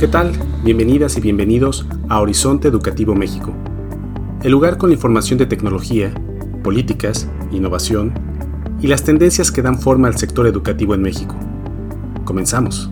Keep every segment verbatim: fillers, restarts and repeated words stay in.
¿Qué tal? Bienvenidas y bienvenidos a Horizonte Educativo México, el lugar con la información de tecnología, políticas, innovación y las tendencias que dan forma al sector educativo en México. Comenzamos.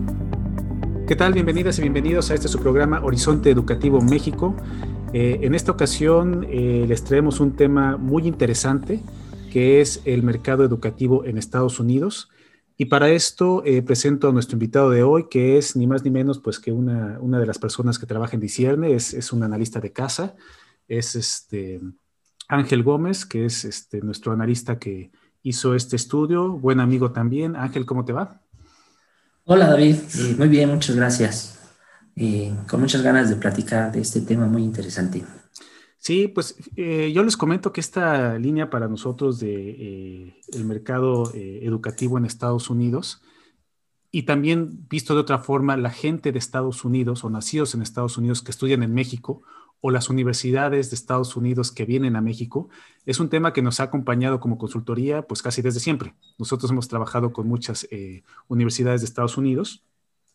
¿Qué tal? Bienvenidas y bienvenidos a este su programa Horizonte Educativo México. Eh, en esta ocasión eh, les traemos un tema muy interesante que es el mercado educativo en Estados Unidos. Y para esto eh, presento a nuestro invitado de hoy, que es ni más ni menos pues, que una, una de las personas que trabaja en Discierne, es, es un analista de casa, es este, Ángel Gómez, que es este, nuestro analista que hizo este estudio, buen amigo también. Ángel, ¿cómo te va? Hola David, eh, muy bien, muchas gracias. Eh, con muchas ganas de platicar de este tema muy interesante. Sí, pues eh, yo les comento que esta línea para nosotros de eh, el mercado eh, educativo en Estados Unidos y también visto de otra forma, la gente de Estados Unidos o nacidos en Estados Unidos que estudian en México o las universidades de Estados Unidos que vienen a México, es un tema que nos ha acompañado como consultoría pues casi desde siempre. Nosotros hemos trabajado con muchas eh, universidades de Estados Unidos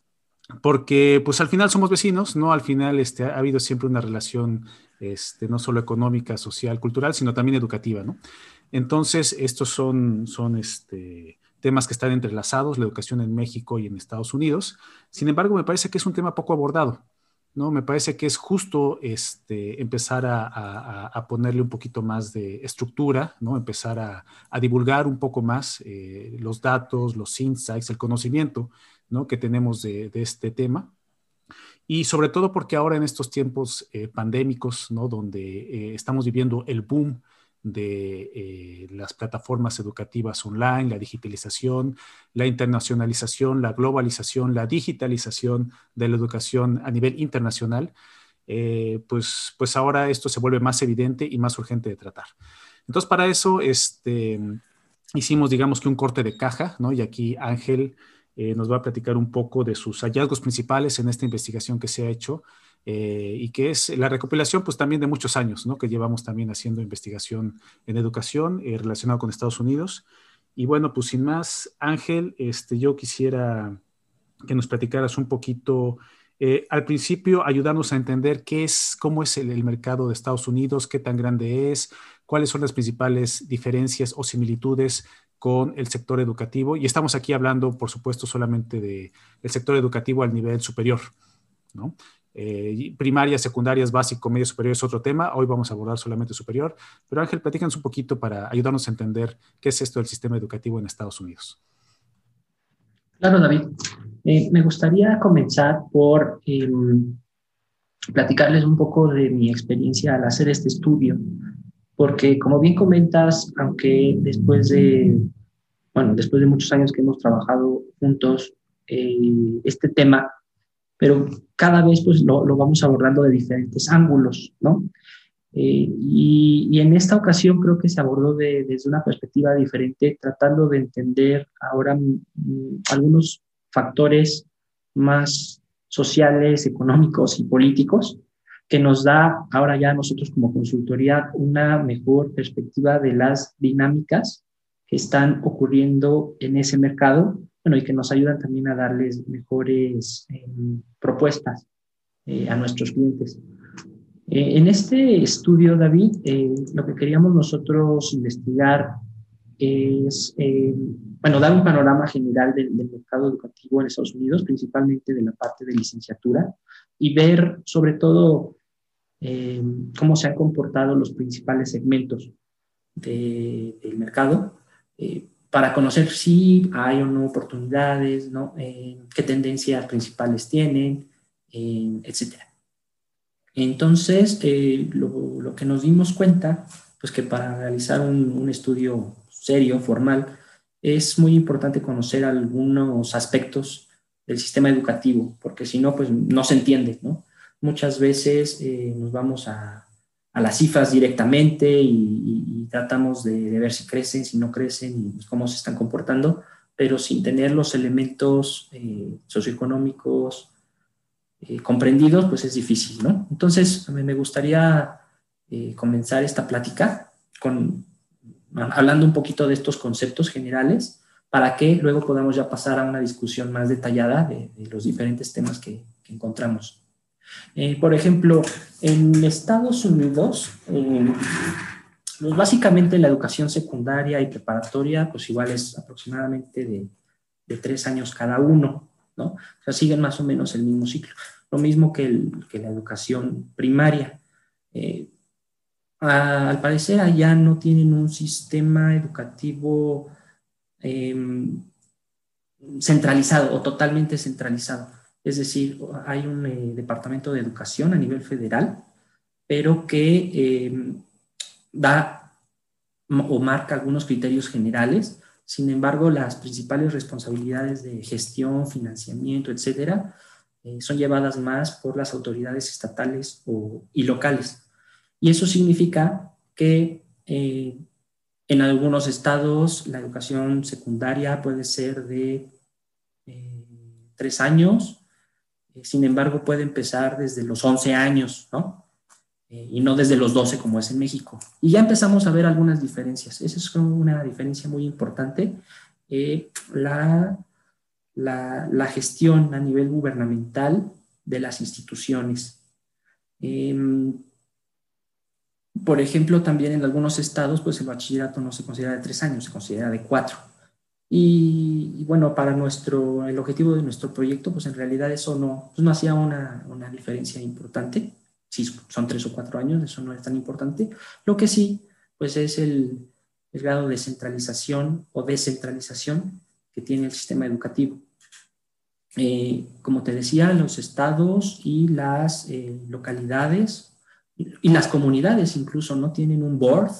porque pues al final somos vecinos, ¿no? Al final este, ha habido siempre una relación este, no solo económica, social, cultural, sino también educativa, ¿no? Entonces, estos son, son este, temas que están entrelazados, la educación en México y en Estados Unidos. Sin embargo, me parece que es un tema poco abordado, ¿no? Me parece que es justo este, empezar a, a, a ponerle un poquito más de estructura, ¿no? Empezar a, a divulgar un poco más eh, los datos, los insights, el conocimiento, ¿no? Que tenemos de, de este tema. Y sobre todo porque ahora en estos tiempos eh, pandémicos, ¿no? Donde eh, estamos viviendo el boom de eh, las plataformas educativas online, la digitalización, la internacionalización, la globalización, la digitalización de la educación a nivel internacional, eh, pues, pues ahora esto se vuelve más evidente y más urgente de tratar. Entonces, para eso este, hicimos, digamos que un corte de caja, ¿no? Y aquí Ángel eh, nos va a platicar un poco de sus hallazgos principales en esta investigación que se ha hecho eh, y que es la recopilación pues también de muchos años, ¿no? Que llevamos también haciendo investigación en educación eh, relacionado con Estados Unidos. Y bueno, pues sin más, Ángel, este, yo quisiera que nos platicaras un poquito, eh, al principio ayudarnos a entender qué es, cómo es el, el mercado de Estados Unidos, qué tan grande es, cuáles son las principales diferencias o similitudes con el sector educativo. Y estamos aquí hablando, por supuesto, solamente del sector educativo al nivel superior, ¿no? Eh, primaria, secundarias, básico, medio superior es otro tema. Hoy vamos a abordar solamente superior. Pero Ángel, platícanos un poquito para ayudarnos a entender qué es esto del sistema educativo en Estados Unidos. Claro, David. Eh, me gustaría comenzar por eh, platicarles un poco de mi experiencia al hacer este estudio, porque como bien comentas, aunque después de, bueno, después de muchos años que hemos trabajado juntos eh, este tema, pero cada vez pues lo, lo vamos abordando de diferentes ángulos, ¿no? Eh, y, y en esta ocasión creo que se abordó de, desde una perspectiva diferente, tratando de entender ahora mm, algunos factores más sociales, económicos y políticos que nos da ahora ya nosotros como consultoría una mejor perspectiva de las dinámicas que están ocurriendo en ese mercado, bueno, y que nos ayudan también a darles mejores eh, propuestas eh, a nuestros clientes. Eh, en este estudio, David, eh, lo que queríamos nosotros investigar es, eh, bueno, dar un panorama general del, del mercado educativo en Estados Unidos, principalmente de la parte de licenciatura, y ver sobre todo eh, cómo se han comportado los principales segmentos de, del mercado, eh, para conocer si hay o no oportunidades, ¿no? Eh, qué tendencias principales tienen, eh, etcétera. Entonces, eh, lo, lo, que nos dimos cuenta, pues que para realizar un, un estudio serio, formal, es muy importante conocer algunos aspectos del sistema educativo, porque si no, pues no se entiende, ¿no? Muchas veces eh, nos vamos a, a las cifras directamente y, y, y tratamos de, de ver si crecen, si no crecen y pues, cómo se están comportando, pero sin tener los elementos eh, socioeconómicos, Eh, comprendidos, pues es difícil, ¿no? Entonces, me gustaría eh, comenzar esta plática con, hablando un poquito de estos conceptos generales para que luego podamos ya pasar a una discusión más detallada de, de los diferentes temas que, que encontramos. Eh, por ejemplo, en Estados Unidos, eh, pues básicamente la educación secundaria y preparatoria, pues igual es aproximadamente de, de tres años cada uno, ¿no? O sea, siguen más o menos el mismo ciclo. Lo mismo que, el, que la educación primaria. Eh, a, al parecer allá no tienen un sistema educativo eh, centralizado o totalmente centralizado. Es decir, hay un eh, departamento de educación a nivel federal, pero que eh, da o marca algunos criterios generales. Sin embargo, las principales responsabilidades de gestión, financiamiento, etcétera, eh, son llevadas más por las autoridades estatales o, y locales. Y eso significa que eh, en algunos estados la educación secundaria puede ser de eh, tres años, eh, sin embargo puede empezar desde los once años, ¿no? Eh, y no desde los doce como es en México. Y ya empezamos a ver algunas diferencias. Esa es una diferencia muy importante. Eh, la, la, la gestión a nivel gubernamental de las instituciones. Eh, por ejemplo, también en algunos estados, pues el bachillerato no se considera de tres años, se considera de cuatro. Y, y bueno, para nuestro, el objetivo de nuestro proyecto, pues en realidad eso no, pues no hacía una, una diferencia importante. Si son tres o cuatro años, eso no es tan importante. Lo que sí, pues es el, el grado de centralización o descentralización que tiene el sistema educativo. Eh, como te decía, los estados y las eh, localidades y las comunidades incluso no tienen un board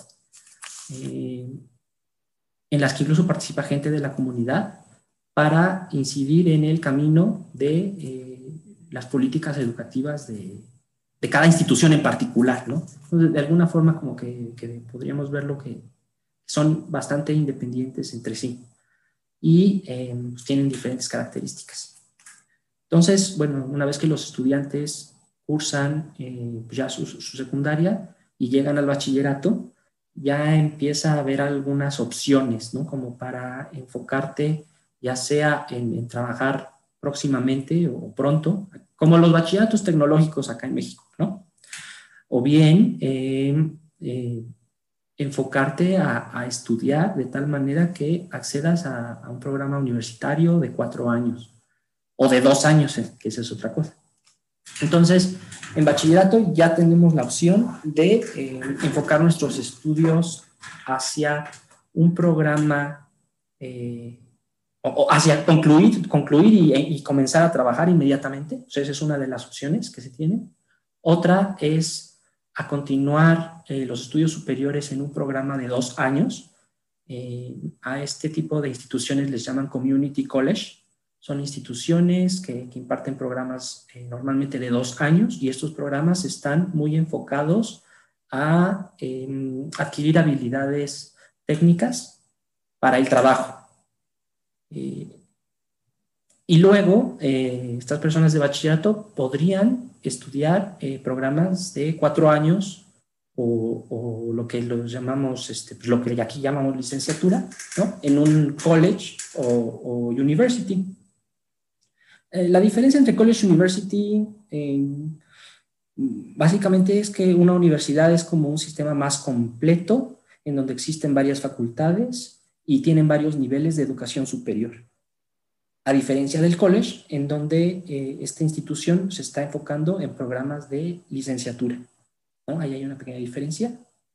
eh, en las que incluso participa gente de la comunidad para incidir en el camino de eh, las políticas educativas de, de cada institución en particular, ¿no? Entonces, de alguna forma como que, que podríamos verlo que son bastante independientes entre sí y eh, pues tienen diferentes características. Entonces, bueno, una vez que los estudiantes cursan eh, ya su, su secundaria y llegan al bachillerato, ya empieza a haber algunas opciones, ¿no? Como para enfocarte ya sea en, en trabajar próximamente o pronto, como los bachilleratos tecnológicos acá en México, ¿no? O bien eh, eh, enfocarte a, a estudiar de tal manera que accedas a, a un programa universitario de cuatro años o de dos años, que esa es otra cosa. Entonces, en bachillerato ya tenemos la opción de eh, enfocar nuestros estudios hacia un programa, eh, o, o hacia concluir, concluir y, y comenzar a trabajar inmediatamente. Entonces, esa es una de las opciones que se tienen. Otra es a continuar eh, los estudios superiores en un programa de dos años. Eh, a este tipo de instituciones les llaman Community College. Son instituciones que, que imparten programas eh, normalmente de dos años y estos programas están muy enfocados a eh, adquirir habilidades técnicas para el trabajo. Eh, y luego, eh, estas personas de bachillerato podrían estudiar eh, programas de cuatro años o, o lo que los llamamos, este, pues lo que aquí llamamos licenciatura, ¿no? En un college o, o university. Eh, la diferencia entre college y university eh, básicamente es que una universidad es como un sistema más completo en donde existen varias facultades y tienen varios niveles de educación superior. A diferencia del college, en donde eh, esta institución se está enfocando en programas de licenciatura, ¿no? Ahí hay una pequeña diferencia.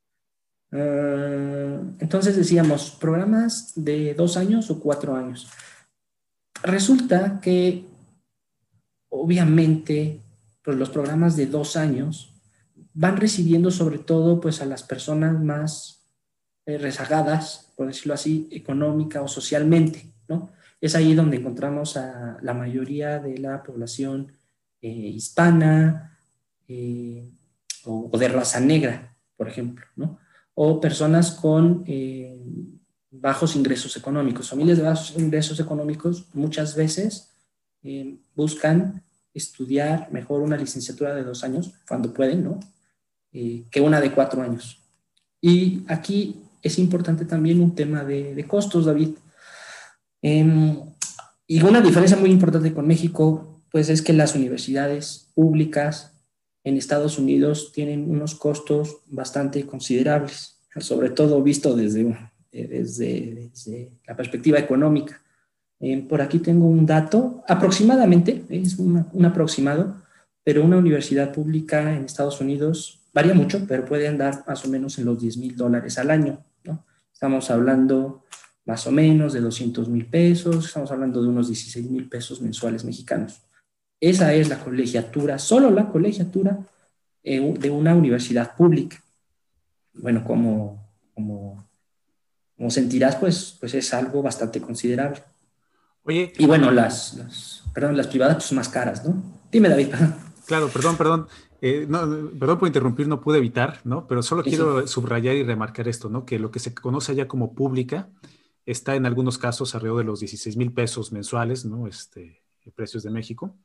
Uh, entonces decíamos, programas de dos años o cuatro años. Resulta que obviamente, pues los programas de dos años van recibiendo sobre todo pues, a las personas más eh, rezagadas, por decirlo así, económica o socialmente, ¿no? Es ahí donde encontramos a la mayoría de la población eh, hispana eh, o, o de raza negra, por ejemplo, ¿no? O personas con eh, bajos ingresos económicos. Familias de bajos ingresos económicos muchas veces Eh, buscan estudiar mejor una licenciatura de dos años, cuando pueden, ¿no? Eh, que una de cuatro años. Y aquí es importante también un tema de, de costos, David. Eh, y una diferencia muy importante con México pues es que las universidades públicas en Estados Unidos tienen unos costos bastante considerables, sobre todo visto desde, desde, desde la perspectiva económica. Eh, por aquí tengo un dato, aproximadamente, es una, un aproximado, pero una universidad pública en Estados Unidos varía mucho, pero puede andar más o menos en los diez mil dólares al año, ¿no? Estamos hablando más o menos de doscientos mil pesos, estamos hablando de unos dieciséis mil pesos mensuales mexicanos. Esa es la colegiatura, solo la colegiatura eh, de una universidad pública. Bueno, como, como, como sentirás, pues, pues es algo bastante considerable. Oye, Y bueno, las, las, perdón, las privadas pues, son más caras, ¿no? Dime, David. claro, perdón, perdón. Eh, no, perdón por interrumpir, no pude evitar, ¿no? Pero solo Sí, sí. quiero subrayar y remarcar esto, ¿no? Que lo que se conoce allá como pública está en algunos casos alrededor de los dieciséis mil pesos mensuales, ¿no? Este, precios de México.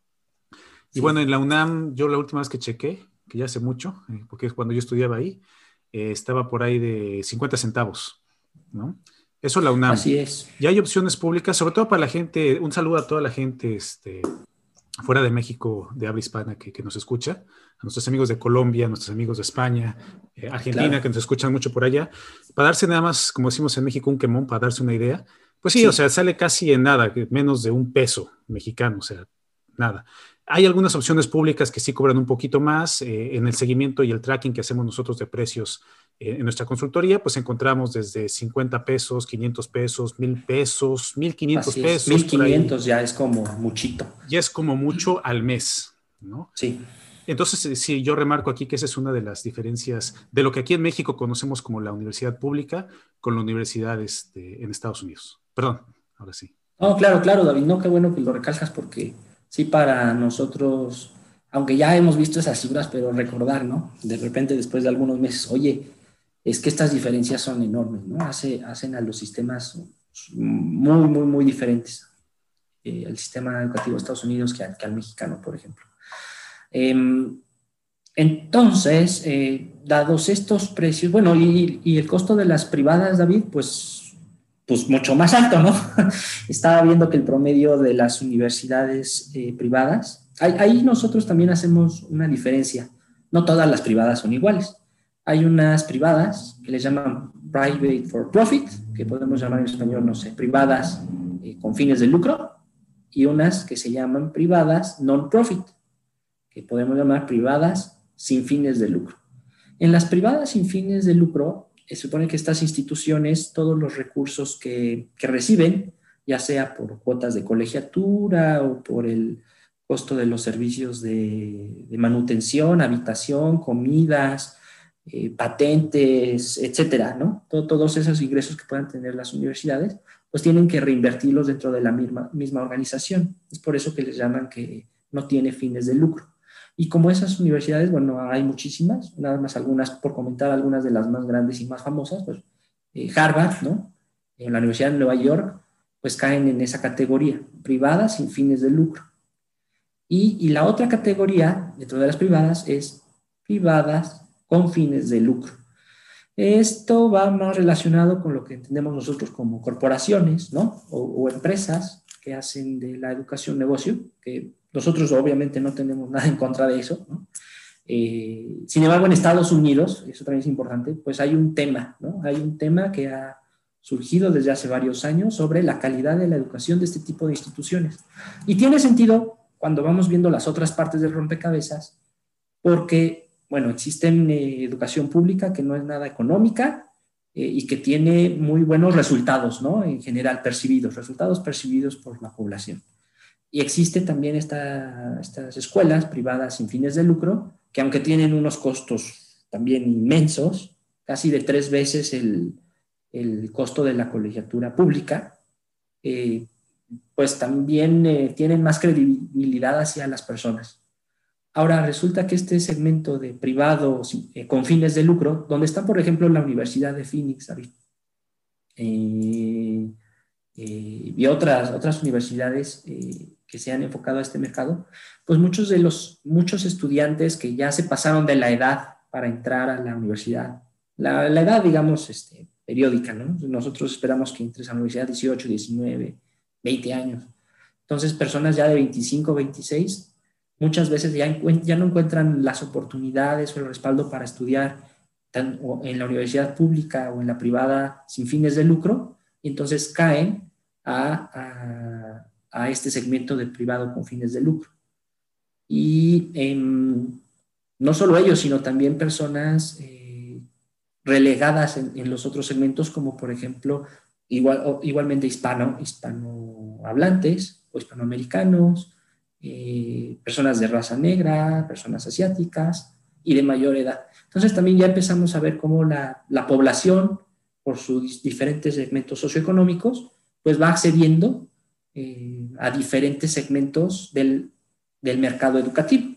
Y bueno, Sí. en la UNAM, yo la última vez que chequé, que ya hace mucho, eh, porque es cuando yo estudiaba ahí, eh, estaba por ahí de cincuenta centavos, ¿no? Eso la UNAM. Así es. Ya hay opciones públicas, sobre todo para la gente, un saludo a toda la gente este, fuera de México, de habla hispana, que, que nos escucha, a nuestros amigos de Colombia, a nuestros amigos de España, eh, Argentina, Claro. que nos escuchan mucho por allá, para darse nada más, como decimos en México, un quemón, para darse una idea. Pues sí, o sea, Sí. sale casi en nada, menos de un peso mexicano, o sea, nada. Hay algunas opciones públicas que sí cobran un poquito más. Eh, en el seguimiento y el tracking que hacemos nosotros de precios eh, en nuestra consultoría, pues encontramos desde cincuenta pesos, quinientos pesos, mil pesos, mil quinientos Así es. pesos, Mil por ahí. quinientos ya es como muchito. Ya es como mucho al mes, ¿no? Sí. Entonces, eh, sí, yo remarco aquí que esa es una de las diferencias de lo que aquí en México conocemos como la universidad pública con la universidad este, en Estados Unidos. Perdón, ahora sí. No, claro, claro, David. No, qué bueno que lo recalcas porque sí, para nosotros, aunque ya hemos visto esas cifras, pero recordar, ¿no? De repente, después de algunos meses, oye, es que estas diferencias son enormes, ¿no? Hace, hacen a los sistemas muy, muy, muy diferentes. Eh, el sistema educativo de Estados Unidos que al, que al mexicano, por ejemplo. Eh, entonces, eh, dados estos precios, bueno, y, y, el costo de las privadas, David, pues, pues mucho más alto, ¿no? Estaba viendo que el promedio de las universidades eh, privadas, ahí, ahí nosotros también hacemos una diferencia. No todas las privadas son iguales. Hay unas privadas que les llaman private for profit, que podemos llamar en español, no sé, privadas eh, con fines de lucro, y unas que se llaman privadas non-profit, que podemos llamar privadas sin fines de lucro. En las privadas sin fines de lucro, se supone que estas instituciones, todos los recursos que, que reciben, ya sea por cuotas de colegiatura o por el costo de los servicios de, de manutención, habitación, comidas, eh, patentes, etcétera, ¿no? Todo, todos esos ingresos que puedan tener las universidades, pues tienen que reinvertirlos dentro de la misma, misma organización. Es por eso que les llaman que no tiene fines de lucro. Y como esas universidades, bueno, hay muchísimas, nada más algunas, por comentar algunas de las más grandes y más famosas, pues eh, Harvard, ¿no? En la Universidad de Nueva York, pues caen en esa categoría, privadas sin fines de lucro. Y, y la otra categoría dentro de las privadas es privadas con fines de lucro. Esto va más relacionado con lo que entendemos nosotros como corporaciones, ¿no? O, o empresas que hacen de la educación negocio, que nosotros obviamente no tenemos nada en contra de eso, ¿no? Eh, sin embargo, en Estados Unidos, eso también es importante, pues hay un tema, ¿no? Hay un tema que ha surgido desde hace varios años sobre la calidad de la educación de este tipo de instituciones. Y tiene sentido cuando vamos viendo las otras partes del rompecabezas, porque, bueno, existe eh, educación pública que no es nada económica eh, y que tiene muy buenos resultados, ¿no? En general, percibidos, resultados percibidos por la población. Y existe también esta, estas escuelas privadas sin fines de lucro, que aunque tienen unos costos también inmensos, casi de tres veces el, el costo de la colegiatura pública, eh, pues también eh, tienen más credibilidad hacia las personas. Ahora, resulta que este segmento de privados eh, con fines de lucro, donde está, por ejemplo, la Universidad de Phoenix, David, eh, eh, y otras, otras universidades eh, que se han enfocado a este mercado, pues muchos de los, muchos estudiantes que ya se pasaron de la edad para entrar a la universidad, la, la edad, digamos, este, periódica, ¿no? Nosotros esperamos que entres a la universidad dieciocho, diecinueve, veinte años. Entonces, personas ya de veinticinco, veintiséis, muchas veces ya, ya no encuentran las oportunidades o el respaldo para estudiar tan, o en la universidad pública o en la privada sin fines de lucro, y entonces caen a, a, a este segmento de privado con fines de lucro. Y eh, no solo ellos, sino también personas eh, relegadas en, en los otros segmentos, como por ejemplo, igual, igualmente hispano, hispanohablantes o hispanoamericanos, eh, personas de raza negra, personas asiáticas y de mayor edad. Entonces también ya empezamos a ver cómo la, la población, por sus diferentes segmentos socioeconómicos, pues va accediendo eh, a diferentes segmentos del, del mercado educativo.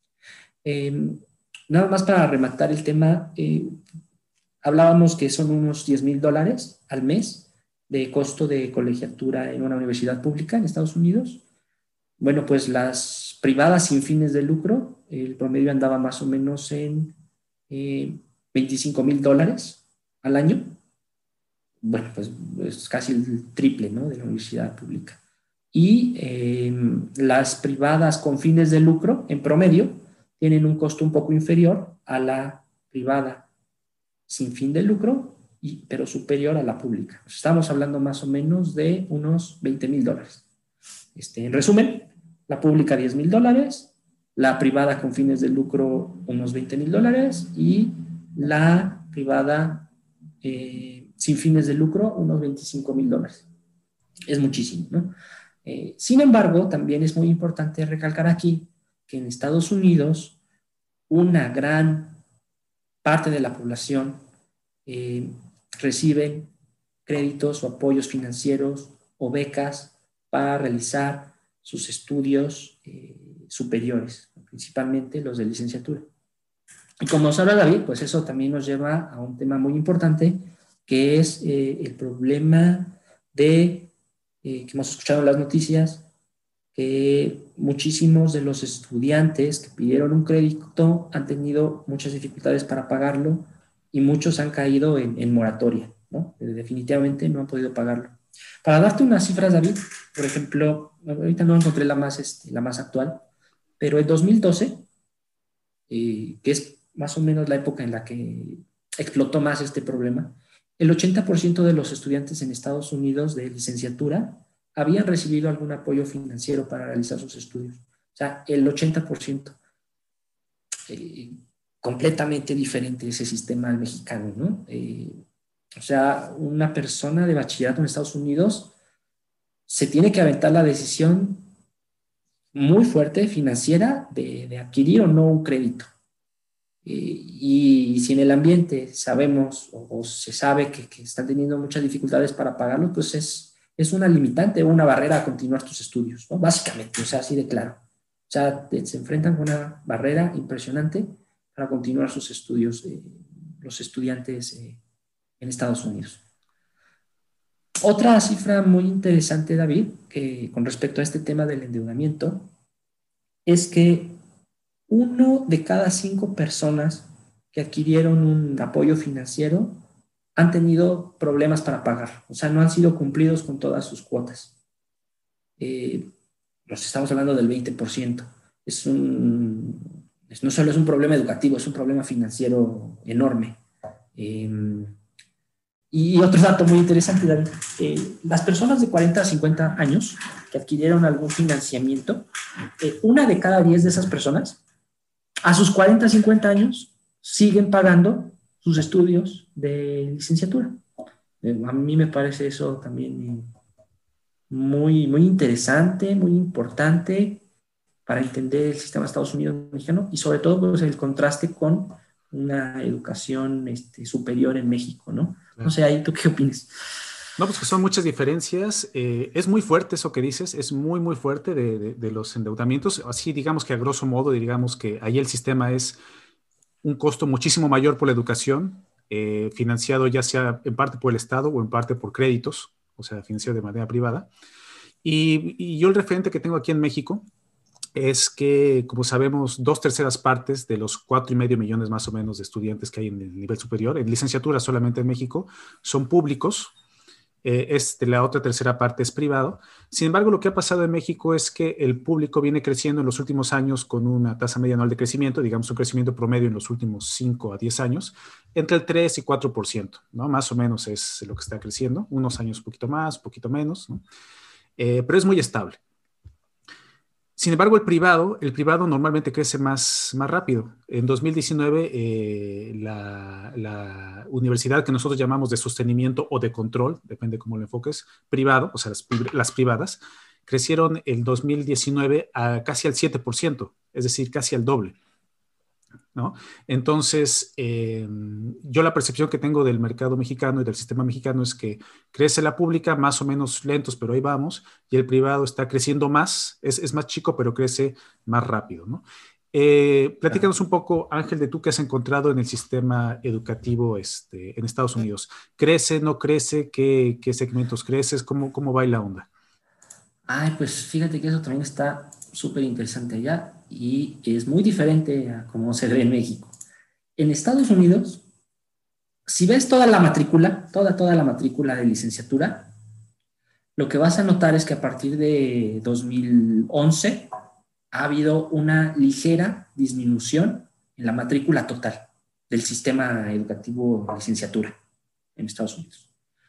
Eh, nada más para rematar el tema, eh, hablábamos que son unos diez mil dólares al mes de costo de colegiatura en una universidad pública en Estados Unidos. Bueno, pues las privadas sin fines de lucro, el promedio andaba más o menos en eh, veinticinco mil dólares al año. Bueno, pues es casi el triple, ¿no?, de la universidad pública. Y eh, las privadas con fines de lucro, en promedio, tienen un costo un poco inferior a la privada sin fin de lucro, y, pero superior a la pública. Estamos hablando más o menos de unos veinte mil dólares. Este, en resumen, la pública diez mil dólares, la privada con fines de lucro unos veinte mil dólares y la privada eh, sin fines de lucro unos veinticinco mil dólares. Es muchísimo, ¿no? Eh, sin embargo, también es muy importante recalcar aquí que en Estados Unidos una gran parte de la población eh, reciben créditos o apoyos financieros o becas para realizar sus estudios eh, superiores, principalmente los de licenciatura. Y como nos habla David, pues eso también nos lleva a un tema muy importante, que es eh, el problema de, eh, que hemos escuchado en las noticias, que muchísimos de los estudiantes que pidieron un crédito han tenido muchas dificultades para pagarlo y muchos han caído en, en moratoria, ¿no? Definitivamente no han podido pagarlo. Para darte unas cifras, David, por ejemplo, ahorita no encontré la más, este, la más actual, pero en dos mil doce, eh, que es más o menos la época en la que explotó más este problema, el ochenta por ciento de los estudiantes en Estados Unidos de licenciatura habían recibido algún apoyo financiero para realizar sus estudios. O sea, el ochenta por ciento. Eh, completamente diferente ese sistema al mexicano, ¿no? Eh, o sea, una persona de bachillerato en Estados Unidos se tiene que aventar la decisión muy fuerte financiera de, de adquirir o no un crédito. Eh, y si en el ambiente sabemos o, o se sabe que, que están teniendo muchas dificultades para pagarlo, pues es, es una limitante o una barrera a continuar tus estudios, ¿no? Básicamente, o sea, así de claro. O sea, te, se enfrentan con una barrera impresionante para continuar sus estudios eh, los estudiantes eh, en Estados Unidos. Otra cifra muy interesante, David, que con respecto a este tema del endeudamiento, es que uno de cada cinco personas que adquirieron un apoyo financiero han tenido problemas para pagar, o sea, no han sido cumplidos con todas sus cuotas. Eh, nos estamos hablando del veinte por ciento. Es un, no solo es un problema educativo, es un problema financiero enorme. Eh, y otro dato muy interesante, David, eh, las personas de cuarenta a cincuenta años que adquirieron algún financiamiento, eh, una de cada diez de esas personas a sus cuarenta a cincuenta años siguen pagando sus estudios de licenciatura. Eh, a mí me parece eso también muy, muy interesante, muy importante para entender el sistema de Estados Unidos mexicano y sobre todo pues, el contraste con una educación este, superior en México, ¿no? Claro. No sé, ahí tú qué opinas. No, pues que son muchas diferencias. Eh, es muy fuerte eso que dices, es muy, muy fuerte de, de, de los endeudamientos. Así digamos que a grosso modo, digamos que ahí el sistema es un costo muchísimo mayor por la educación, eh, financiado ya sea en parte por el Estado o en parte por créditos, o sea, financiado de manera privada. Y, y yo el referente que tengo aquí en México es que, como sabemos, dos terceras partes de los cuatro y medio millones más o menos de estudiantes que hay en el nivel superior, en licenciatura solamente en México, son públicos. Eh, es de la otra tercera parte es privado. Sin embargo, lo que ha pasado en México es que el público viene creciendo en los últimos años con una tasa media anual de crecimiento, digamos un crecimiento promedio en los últimos cinco a diez años, entre el tres y cuatro por ciento, ¿no? Más o menos es lo que está creciendo, unos años un poquito más, un poquito menos, ¿no? Eh, pero es muy estable. Sin embargo, el privado, el privado normalmente crece más, más rápido. En dos mil diecinueve, eh, la, la universidad que nosotros llamamos de sostenimiento o de control, depende cómo lo enfoques, privado, o sea, las, las privadas, crecieron en dos mil diecinueve a casi al siete por ciento, es decir, casi al doble, ¿no? Entonces, eh, yo la percepción que tengo del mercado mexicano y del sistema mexicano es que crece la pública más o menos lentos, pero ahí vamos, y el privado está creciendo más, es, es más chico, pero crece más rápido, ¿no? Eh, platícanos un poco, Ángel, de tú que has encontrado en el sistema educativo este, en Estados Unidos. ¿Crece, no crece? ¿Qué, qué segmentos creces? ¿Cómo, cómo va la onda? Ay, pues fíjate que eso también está súper interesante allá y es muy diferente a cómo se ve en México. En Estados Unidos, si ves toda la matrícula, toda, toda la matrícula de licenciatura, lo que vas a notar es que a partir de dos mil once ha habido una ligera disminución en la matrícula total del sistema educativo de licenciatura en Estados Unidos.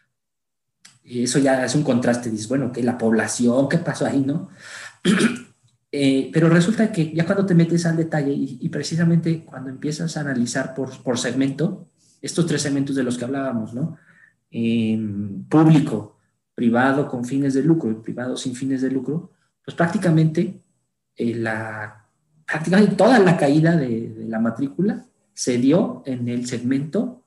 Y eso ya es un contraste, dices, bueno, que la población, ¿qué pasó ahí, no? eh, pero resulta que ya cuando te metes al detalle y, y precisamente cuando empiezas a analizar por, por segmento, estos tres segmentos de los que hablábamos, ¿no? Eh, público, privado con fines de lucro y privado sin fines de lucro, pues prácticamente, eh, la, prácticamente toda la caída de, de la matrícula se dio en el segmento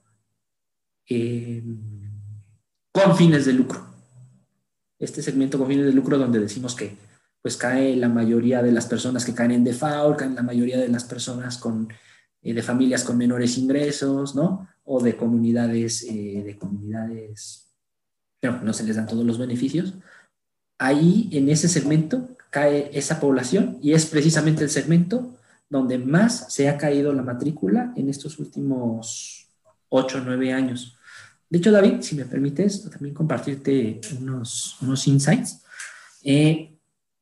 eh, con fines de lucro. Este segmento con fines de lucro donde decimos que pues cae la mayoría de las personas que caen en default, caen la mayoría de las personas con, eh, de familias con menores ingresos, ¿no? O de comunidades, eh, de comunidades, pero no se les dan todos los beneficios. Ahí en ese segmento cae esa población y es precisamente el segmento donde más se ha caído la matrícula en estos últimos ocho o nueve años. De hecho, David, si me permites también compartirte unos, unos insights. Eh,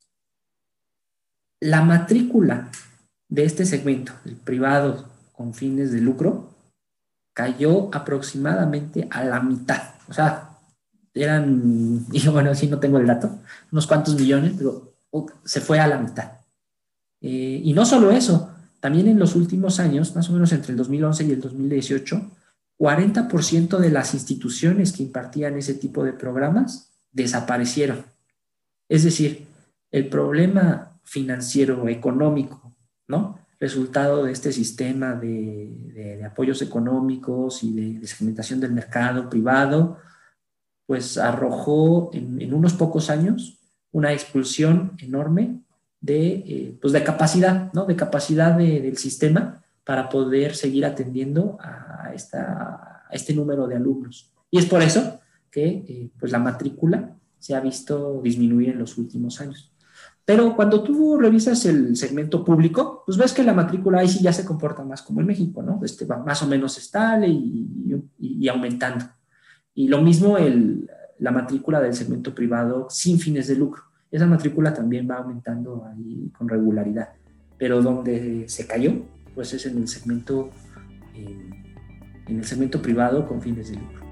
la matrícula de este segmento, el privado con fines de lucro, cayó aproximadamente a la mitad. O sea, eran, y bueno, sí no tengo el dato, unos cuantos millones, pero uh, se fue a la mitad. Eh, y no solo eso, también en los últimos años, más o menos entre el dos mil once y el dos mil dieciocho, cuarenta por ciento de las instituciones que impartían ese tipo de programas desaparecieron. Es decir, el problema financiero, económico, ¿no? Resultado de este sistema de, de, de apoyos económicos y de, de segmentación del mercado privado, pues arrojó en, en unos pocos años una expulsión enorme de, eh, pues de capacidad, ¿no? De capacidad de, del sistema para poder seguir atendiendo a, esta, a este número de alumnos. Y es por eso que eh, pues la matrícula se ha visto disminuir en los últimos años. Pero cuando tú revisas el segmento público, pues ves que la matrícula ahí sí ya se comporta más como en México, ¿no? Este va más o menos estable y, y, y aumentando. Y lo mismo el, la matrícula del segmento privado sin fines de lucro. Esa matrícula también va aumentando ahí con regularidad. Pero donde se cayó, pues es en el segmento, eh, en el segmento privado con fines de lucro.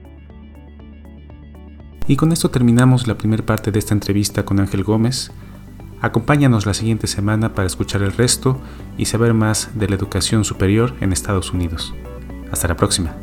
Y con esto terminamos la primera parte de esta entrevista con Ángel Gómez. Acompáñanos la siguiente semana para escuchar el resto y saber más de la educación superior en Estados Unidos. Hasta la próxima.